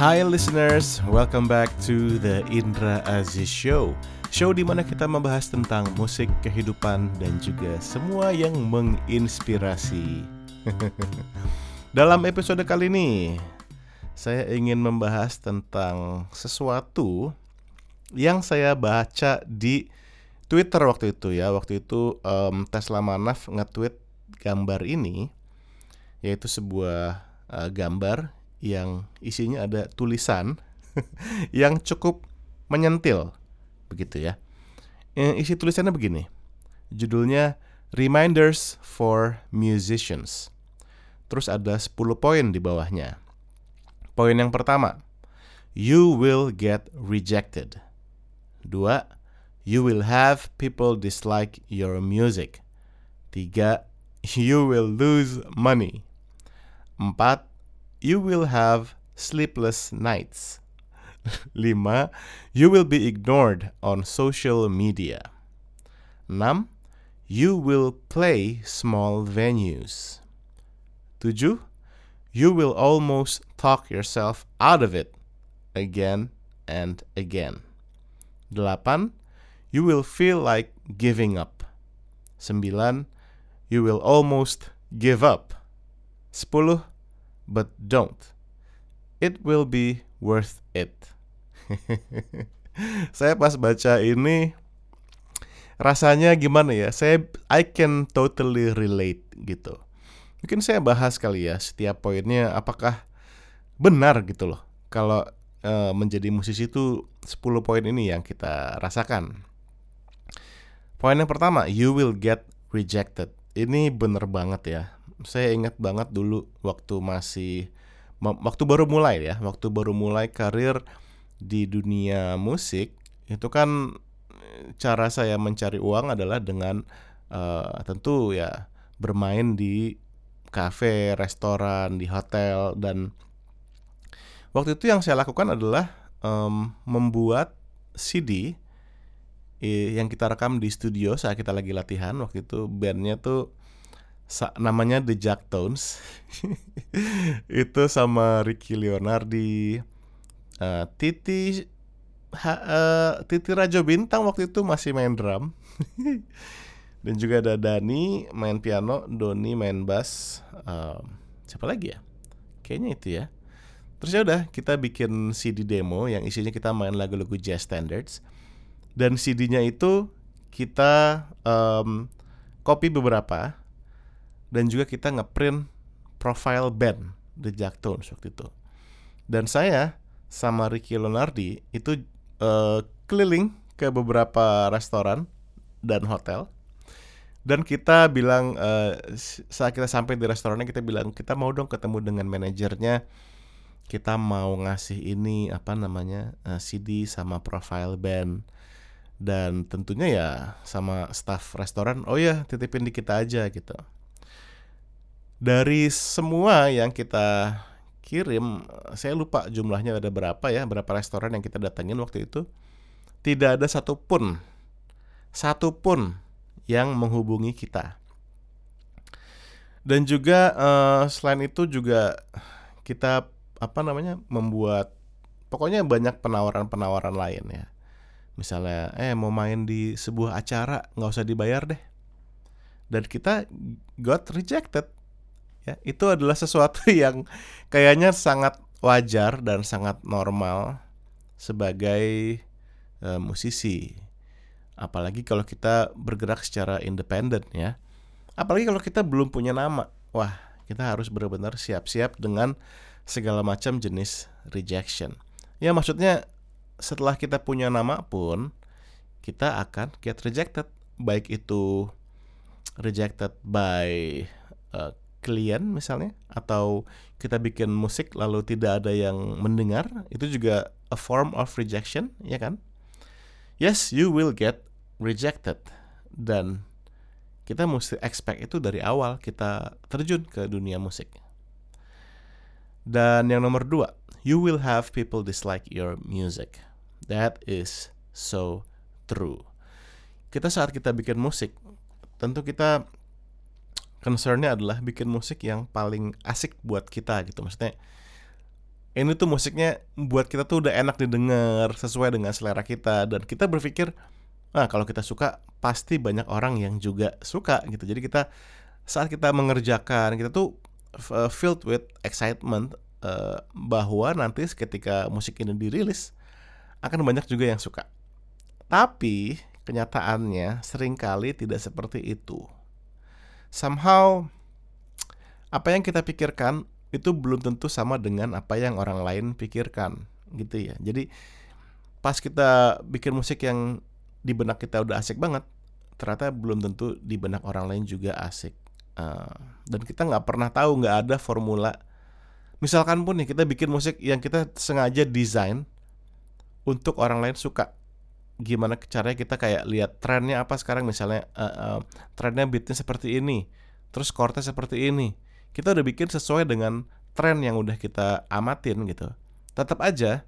Hi listeners, welcome back to the Indra Aziz Show. Show di mana kita membahas tentang musik, kehidupan, dan juga semua yang menginspirasi. Dalam episode kali ini, saya ingin membahas tentang sesuatu yang saya baca di Twitter waktu itu ya. Waktu itu Tesla Manaf nge-tweet gambar ini, yaitu sebuah gambar yang isinya ada tulisan yang cukup menyentil, begitu ya. Isi tulisannya begini, judulnya Reminders for Musicians. Terus ada 10 poin di bawahnya. Poin yang pertama, you will get rejected. 2, you will have people dislike your music. 3, you will lose money. 4, you will have sleepless nights. 5, you will be ignored on social media. 6, you will play small venues. 7, you will almost talk yourself out of it again and again. 8, you will feel like giving up. 9, you will almost give up. 10, but don't. It will be worth it. Saya pas baca ini rasanya gimana ya? I can totally relate gitu. Mungkin saya bahas kali ya setiap poinnya apakah benar gitu loh. Kalau menjadi musisi itu 10 poin ini yang kita rasakan. Poin yang pertama, you will get rejected. Ini bener banget ya. Saya ingat banget dulu waktu baru mulai karir di dunia musik, itu kan cara saya mencari uang adalah dengan tentu ya bermain di kafe, restoran, di hotel. Dan waktu itu yang saya lakukan adalah membuat CD yang kita rekam di studio saat kita lagi latihan. Waktu itu bandnya tuh namanya The Jacktones. Itu sama Ricky Leonardi, Titi Rajo Bintang waktu itu masih main drum. Dan juga ada Dani main piano, Doni main bass, siapa lagi ya? Kayaknya itu ya. Terus ya udah kita bikin CD demo yang isinya kita main lagu-lagu jazz standards. Dan CD-nya itu kita copy beberapa. Dan juga kita ngeprint profile band The Jacktones waktu itu. Dan saya sama Ricky Leonardi itu keliling ke beberapa restoran dan hotel. Dan kita bilang, saat kita sampai di restorannya, kita bilang kita mau dong ketemu dengan manajernya. Kita mau ngasih ini CD sama profile band. Dan tentunya ya sama staff restoran, oh ya titipin di kita aja gitu. Dari semua yang kita kirim, saya lupa jumlahnya ada berapa ya, berapa restoran yang kita datangin waktu itu. Tidak ada satupun yang menghubungi kita. Dan juga selain itu juga kita membuat pokoknya banyak penawaran lain ya. Misalnya mau main di sebuah acara, nggak usah dibayar deh. Dan kita got rejected. Ya, itu adalah sesuatu yang kayaknya sangat wajar dan sangat normal sebagai musisi. Apalagi kalau kita bergerak secara independen ya. Apalagi kalau kita belum punya nama. Wah, kita harus benar-benar siap-siap dengan segala macam jenis rejection. Ya maksudnya setelah kita punya nama pun kita akan get rejected. Baik itu rejected by klien misalnya, atau kita bikin musik lalu tidak ada yang mendengar, itu juga a form of rejection, ya kan? Yes, you will get rejected. Dan kita mesti expect itu dari awal kita terjun ke dunia musik. Dan yang nomor 2, you will have people dislike your music. That is so true. Saat kita bikin musik, tentu kita concernnya adalah bikin musik yang paling asik buat kita gitu. Maksudnya ini tuh musiknya buat kita tuh udah enak didengar, sesuai dengan selera kita, dan kita berpikir, kalau kita suka pasti banyak orang yang juga suka gitu. Jadi kita saat kita mengerjakan, kita tuh filled with excitement, bahwa nanti ketika musik ini dirilis akan banyak juga yang suka. Tapi kenyataannya seringkali tidak seperti itu. Somehow apa yang kita pikirkan itu belum tentu sama dengan apa yang orang lain pikirkan, gitu ya. Jadi pas kita bikin musik yang di benak kita udah asik banget, ternyata belum tentu di benak orang lain juga asik. Dan kita nggak pernah tahu, nggak ada formula. Misalkan pun nih kita bikin musik yang kita sengaja desain untuk orang lain suka, gimana caranya kita kayak lihat trennya apa sekarang, misalnya trennya beatnya seperti ini, terus chordnya seperti ini. Kita udah bikin sesuai dengan tren yang udah kita amatin gitu. Tetap aja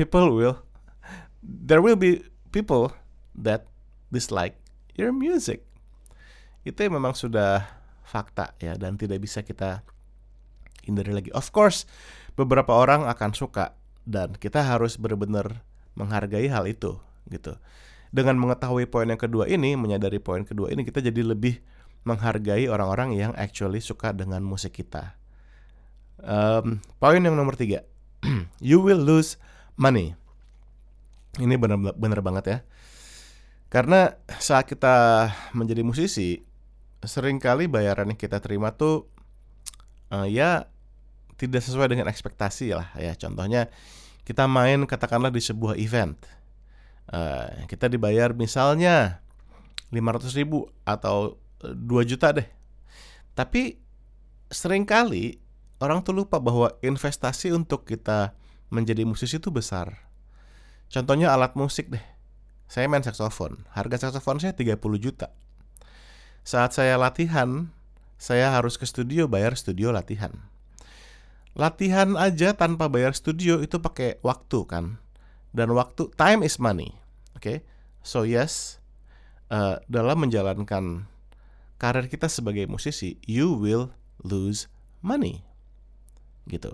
there will be people that dislike your music. Itu memang sudah fakta ya, dan tidak bisa kita hindari lagi. Of course, beberapa orang akan suka, dan kita harus benar-benar menghargai hal itu gitu. Dengan mengetahui poin yang kedua ini, menyadari poin kedua ini, kita jadi lebih menghargai orang-orang yang actually suka dengan musik kita. Poin yang nomor 3, you will lose money. Ini benar banget ya. Karena saat kita menjadi musisi, seringkali bayaran yang kita terima tuh ya tidak sesuai dengan ekspektasi lah ya. Contohnya kita main katakanlah di sebuah event, kita dibayar misalnya 500.000 atau 2 juta deh. Tapi seringkali orang tuh lupa bahwa investasi untuk kita menjadi musisi itu besar. Contohnya alat musik deh. Saya main saksofon. Harga saksofon saya 30 juta. Saat saya latihan, saya harus ke studio, bayar studio latihan. Latihan aja tanpa bayar studio itu pakai waktu kan. Dan waktu, time is money. Okay? So yes, dalam menjalankan karir kita sebagai musisi, you will lose money. Gitu.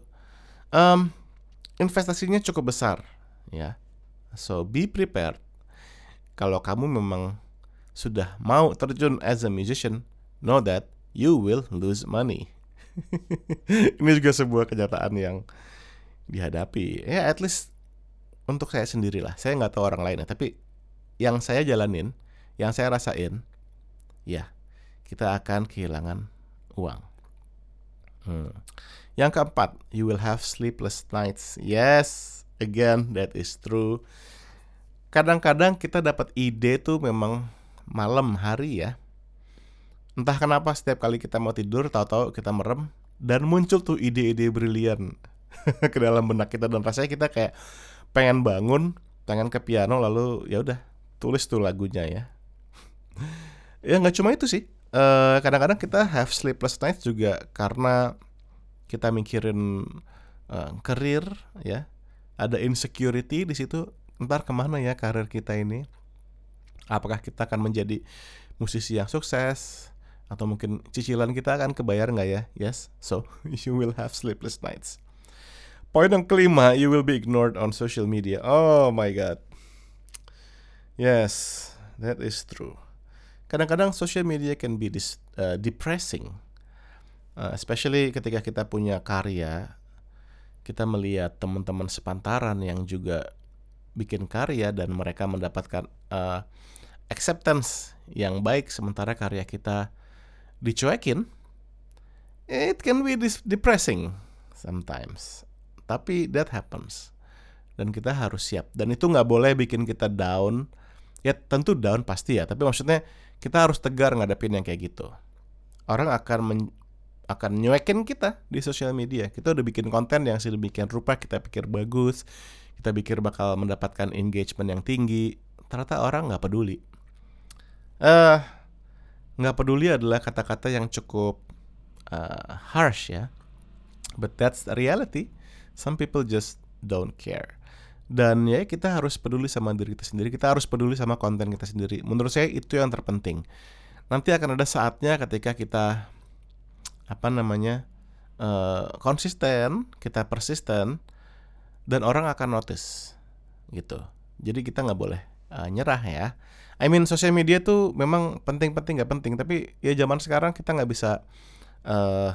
Investasinya cukup besar ya. So be prepared. Kalau kamu memang sudah mau terjun as a musician, know that you will lose money. Ini juga sebuah kenyataan yang dihadapi. Ya at least untuk saya sendiri lah. Saya nggak tahu orang lain ya, tapi yang saya jalanin, yang saya rasain, ya kita akan kehilangan uang. Yang keempat, you will have sleepless nights. Yes, again that is true. Kadang-kadang kita dapat ide tuh memang malam hari ya. Entah kenapa setiap kali kita mau tidur, tahu-tahu kita merem dan muncul tuh ide-ide brilian ke dalam benak kita, dan rasanya kita kayak pengen bangun, pengen ke piano, lalu ya udah tulis tuh lagunya ya. Ya nggak cuma itu sih. Kadang-kadang kita have sleepless nights juga karena kita mikirin karir ya. Ada insecurity di situ. Ntar kemana ya karir kita ini? Apakah kita akan menjadi musisi yang sukses? Atau mungkin cicilan kita akan kebayar nggak ya? Yes, so you will have sleepless nights. Poin yang kelima, you will be ignored on social media. Oh my god. Yes, that is true. Kadang-kadang social media can be depressing, especially ketika kita punya karya, kita melihat teman-teman sepantaran yang juga bikin karya dan mereka mendapatkan acceptance yang baik, sementara karya kita dicuekin. It can be depressing sometimes, tapi that happens dan kita harus siap, dan itu nggak boleh bikin kita down. Ya tentu down pasti ya, tapi maksudnya kita harus tegar ngadepin yang kayak gitu. Orang akan nyuekin kita di sosial media. Kita udah bikin konten yang sedemikian rupa, kita pikir bagus, kita pikir bakal mendapatkan engagement yang tinggi, ternyata orang nggak peduli. Nggak peduli adalah kata-kata yang cukup harsh ya, but that's the reality. Some people just don't care. Dan ya kita harus peduli sama diri kita sendiri, kita harus peduli sama konten kita sendiri. Menurut saya itu yang terpenting. Nanti akan ada saatnya ketika kita konsisten, kita persisten, dan orang akan notice gitu. Jadi kita nggak boleh nyerah ya. I mean sosial media tuh memang penting-penting nggak penting, tapi ya zaman sekarang kita nggak bisa uh,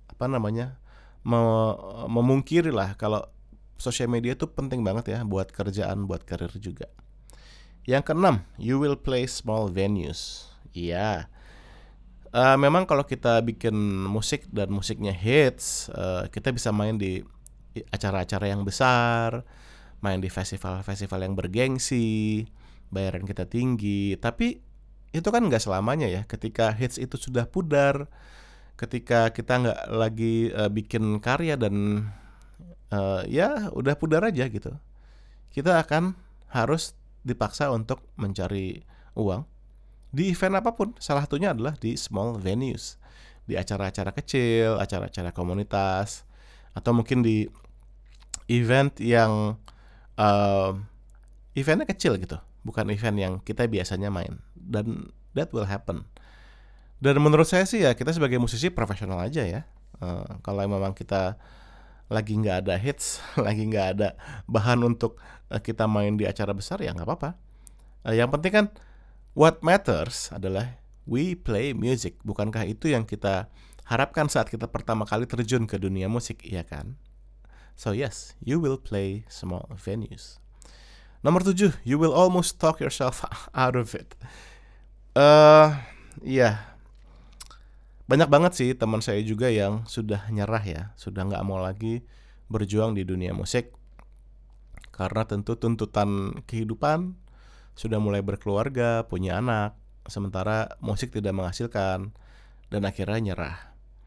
memungkiri lah kalau sosial media tuh penting banget ya buat kerjaan, buat karir juga. Yang keenam, you will play small venues. Iya. Memang kalau kita bikin musik dan musiknya hits, kita bisa main di acara-acara yang besar, main di festival-festival yang bergengsi, bayaran kita tinggi. Tapi itu kan nggak selamanya ya. Ketika hits itu sudah pudar, ketika kita nggak lagi bikin karya dan ya udah pudar aja gitu, kita akan harus dipaksa untuk mencari uang di event apapun. Salah satunya adalah di small venues, di acara-acara kecil, acara-acara komunitas, atau mungkin di event yang eventnya kecil gitu, bukan event yang kita biasanya main. Dan that will happen. Dan menurut saya sih ya kita sebagai musisi profesional aja ya. Kalau memang kita lagi nggak ada hits, lagi nggak ada bahan untuk kita main di acara besar, ya nggak apa-apa. Yang penting kan what matters adalah we play music. Bukankah itu yang kita harapkan saat kita pertama kali terjun ke dunia musik, iya kan? So yes, you will play small venues. Nomor 7, you will almost talk yourself out of it. Iya. Banyak banget sih teman saya juga yang sudah nyerah ya, sudah nggak mau lagi berjuang di dunia musik. Karena tentu tuntutan kehidupan, sudah mulai berkeluarga, punya anak, sementara musik tidak menghasilkan, dan akhirnya nyerah.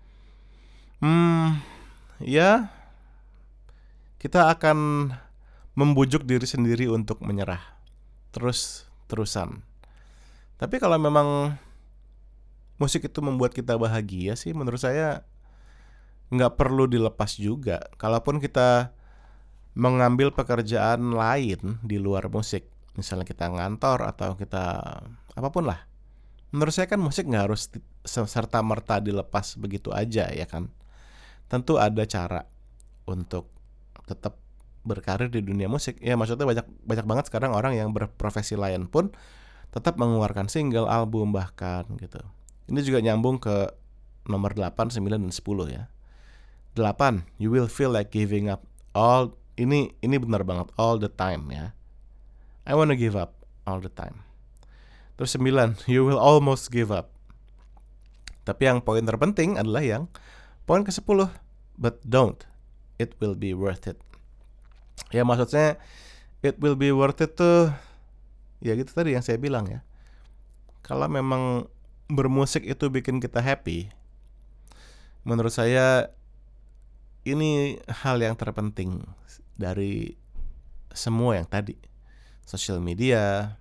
Ya, kita akan membujuk diri sendiri untuk menyerah, terus-terusan. Tapi kalau memang musik itu membuat kita bahagia sih, menurut saya nggak perlu dilepas juga. Kalaupun kita mengambil pekerjaan lain di luar musik, misalnya kita ngantor atau kita apapun lah, menurut saya kan musik nggak harus serta-merta dilepas begitu aja ya kan. Tentu ada cara untuk tetap berkarir di dunia musik. Ya maksudnya banyak banget sekarang orang yang berprofesi lain pun tetap mengeluarkan single, album bahkan gitu. Ini juga nyambung ke nomor 8, 9, dan 10 ya. 8, you will feel like giving up all. Ini benar banget, all the time ya. I wanna give up all the time. Terus 9, you will almost give up. Tapi yang poin terpenting adalah yang poin ke-10, but don't. It will be worth it. Ya maksudnya it will be worth it tuh ya gitu tadi yang saya bilang ya. Kalau memang bermusik itu bikin kita happy, menurut saya ini hal yang terpenting dari semua yang tadi. Social media,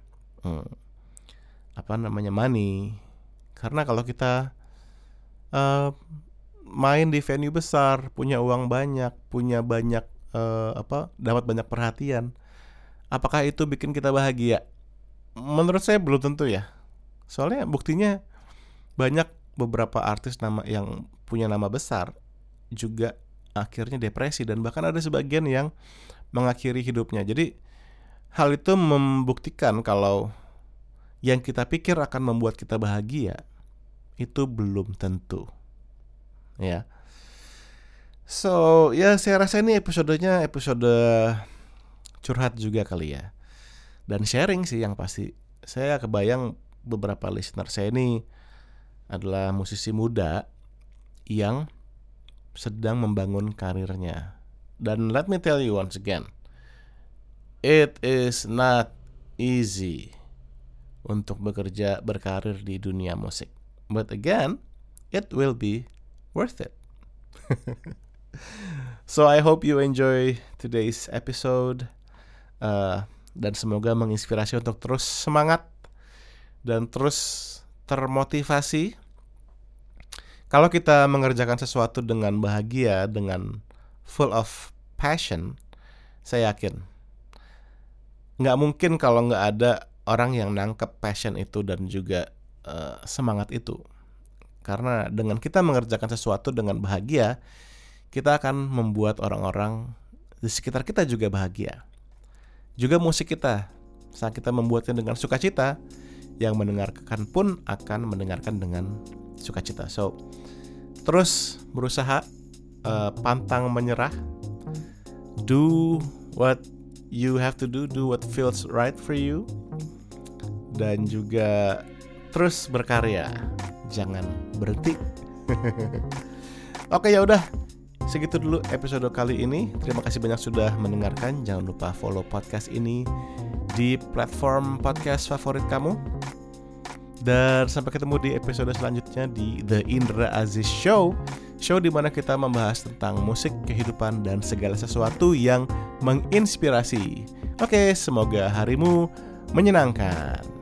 money. Karena kalau kita main di venue besar, punya uang banyak, punya banyak dapat banyak perhatian, apakah itu bikin kita bahagia? Menurut saya belum tentu ya. Soalnya buktinya banyak beberapa artis yang punya nama besar juga akhirnya depresi, dan bahkan ada sebagian yang mengakhiri hidupnya. Jadi hal itu membuktikan kalau yang kita pikir akan membuat kita bahagia itu belum tentu. Ya. So, ya saya rasa ini episodenya episode curhat juga kali ya. Dan sharing sih yang pasti. Saya kebayang beberapa listener saya ini adalah musisi muda yang sedang membangun karirnya. Dan let me tell you once again, it is not easy untuk berkarir di dunia musik. But again, it will be worth it. So I hope you enjoy today's episode, dan semoga menginspirasi untuk terus semangat dan terus termotivasi. Kalau kita mengerjakan sesuatu dengan bahagia, dengan full of passion, saya yakin nggak mungkin kalau nggak ada orang yang nangkep passion itu dan juga semangat itu. Karena dengan kita mengerjakan sesuatu dengan bahagia, kita akan membuat orang-orang di sekitar kita juga bahagia. Juga musik kita, saat kita membuatnya dengan sukacita, yang mendengarkan pun akan mendengarkan dengan sukacita. So, terus berusaha, pantang menyerah. Do what you have to do what feels right for you. Dan juga terus berkarya, jangan berhenti. Oke, ya udah. Segitu dulu episode kali ini. Terima kasih banyak sudah mendengarkan. Jangan lupa follow podcast ini di platform podcast favorit kamu. Dan sampai ketemu di episode selanjutnya di The Indra Aziz Show. Show di mana kita membahas tentang musik, kehidupan, dan segala sesuatu yang menginspirasi. Oke, semoga harimu menyenangkan.